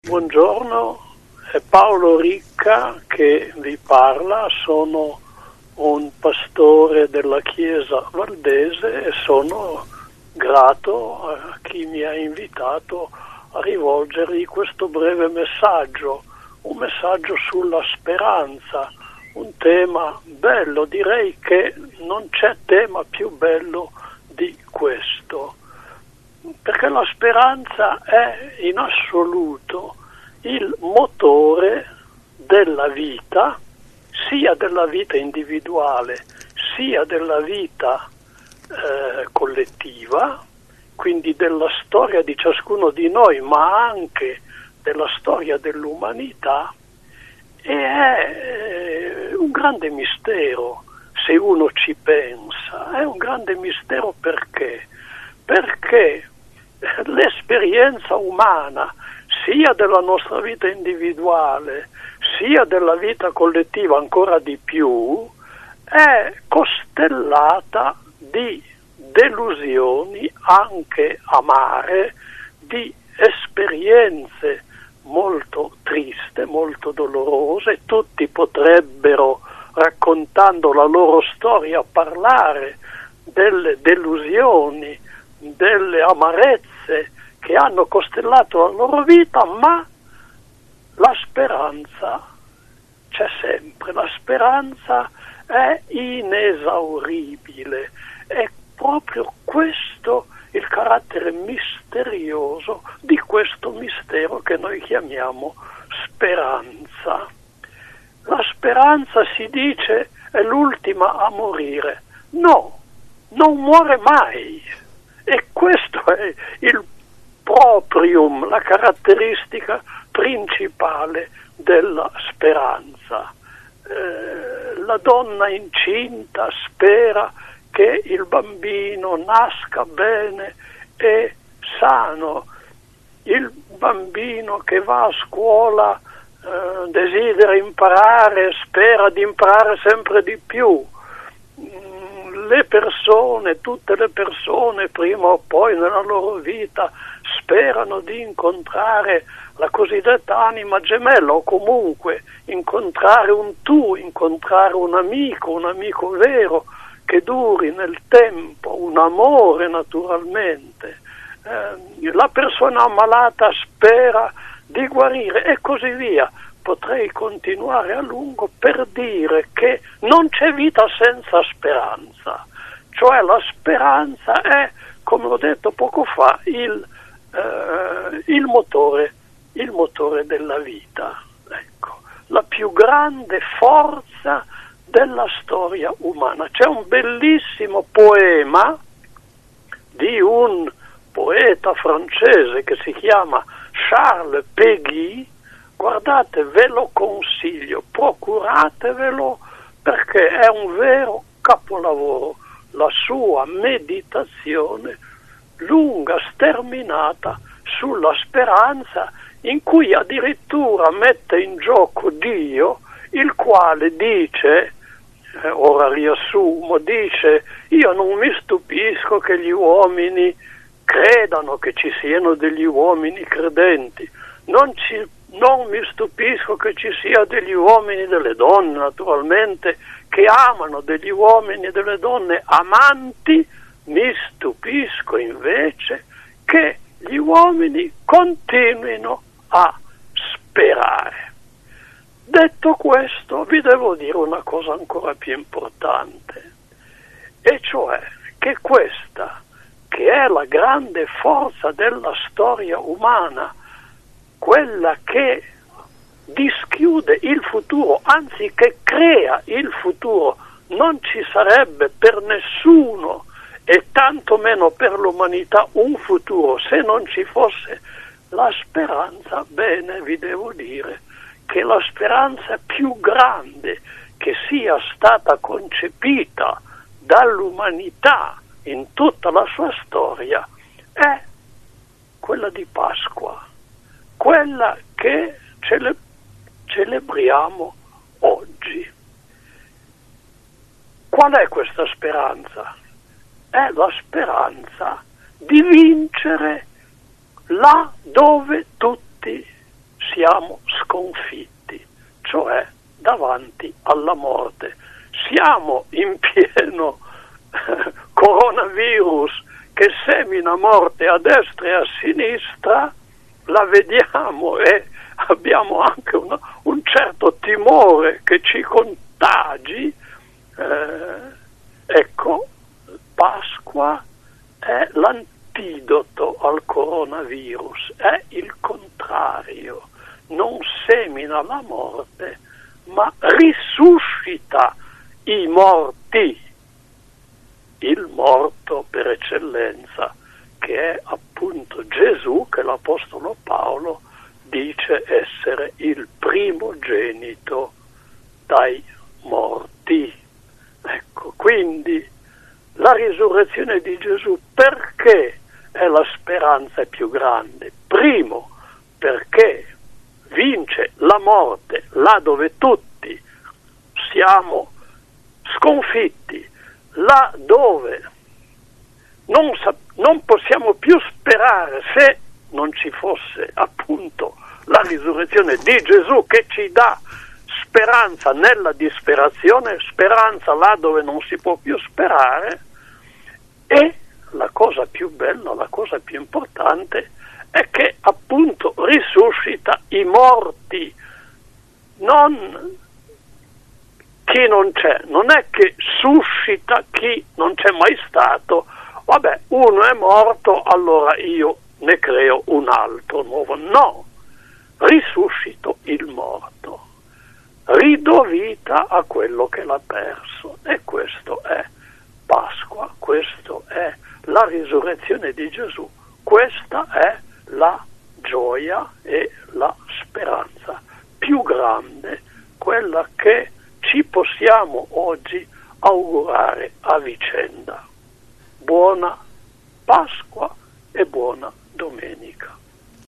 Buongiorno, è Paolo Ricca che vi parla, sono un pastore della Chiesa Valdese e sono grato a chi mi ha invitato a rivolgergli questo breve messaggio, un messaggio sulla speranza, un tema bello, direi che non c'è tema più bello di questo. Perché la speranza è in assoluto il motore della vita, sia della vita individuale, sia della vita collettiva, quindi della storia di ciascuno di noi, ma anche della storia dell'umanità, e è un grande mistero se uno ci pensa. È un grande mistero perché l'esperienza umana, sia della nostra vita individuale, sia della vita collettiva ancora di più, è costellata di delusioni anche amare, di esperienze molto triste, molto dolorose. Tutti potrebbero, raccontando la loro storia, parlare delle delusioni, delle amarezze che hanno costellato la loro vita, ma la speranza c'è sempre, la speranza è inesauribile, è proprio questo il carattere misterioso di questo mistero che noi chiamiamo speranza. La speranza, si dice, è l'ultima a morire. No, non muore mai. E questo è il proprium, la caratteristica principale della speranza. La donna incinta spera che il bambino nasca bene e sano. Il bambino che va a scuola desidera imparare, spera di imparare sempre di più. Le persone, tutte le persone, prima o poi nella loro vita sperano di incontrare la cosiddetta anima gemella, o comunque incontrare un tu, incontrare un amico vero che duri nel tempo, un amore naturalmente. La persona ammalata spera di guarire e così via. Potrei continuare a lungo per dire che non c'è vita senza speranza, cioè la speranza è, come ho detto poco fa, il motore della vita, ecco, la più grande forza della storia umana. C'è un bellissimo poema di un poeta francese che si chiama Charles Péguy. Guardate, ve lo consiglio, procuratevelo, perché è un vero capolavoro. La sua meditazione lunga, sterminata sulla speranza, in cui addirittura mette in gioco Dio, il quale dice, ora riassumo, dice: io non mi stupisco che gli uomini credano, che ci siano degli uomini credenti, non mi stupisco che ci sia degli uomini e delle donne, naturalmente, che amano, degli uomini e delle donne amanti. Mi stupisco invece che gli uomini continuino a sperare. Detto questo, vi devo dire una cosa ancora più importante, e cioè che questa, che è la grande forza della storia umana, quella che dischiude il futuro, anzi che crea il futuro, non ci sarebbe per nessuno e tanto meno per l'umanità un futuro se non ci fosse la speranza. Bene, vi devo dire che la speranza più grande che sia stata concepita dall'umanità in tutta la sua storia è quella di Pasqua, quella che celebriamo oggi. Qual è questa speranza? È la speranza di vincere là dove tutti siamo sconfitti, cioè davanti alla morte. Siamo in pieno coronavirus che semina morte a destra e a sinistra, la vediamo e abbiamo anche un certo timore che ci contagi. Ecco, Pasqua è l'antidoto al coronavirus, è il contrario, non semina la morte, ma risuscita i morti, il morto per eccellenza, che è appunto Gesù, che l'Apostolo Paolo dice essere il primogenito dai morti. Ecco, quindi la risurrezione di Gesù perché è la speranza più grande? Primo, perché vince la morte là dove tutti siamo sconfitti, là dove non possiamo più sperare, se non ci fosse appunto la risurrezione di Gesù che ci dà speranza nella disperazione, speranza là dove non si può più sperare. E la cosa più bella, la cosa più importante è che appunto risuscita i morti, non chi non c'è, non è che suscita chi non c'è mai stato, vabbè, uno è morto, allora io ne creo un altro nuovo. No, risuscito il morto, ridò vita a quello che l'ha perso, e questo è Pasqua, questo è la risurrezione di Gesù, questa è la gioia e la speranza più grande, quella che ci possiamo oggi augurare a vicenda. Buona Pasqua e buona domenica.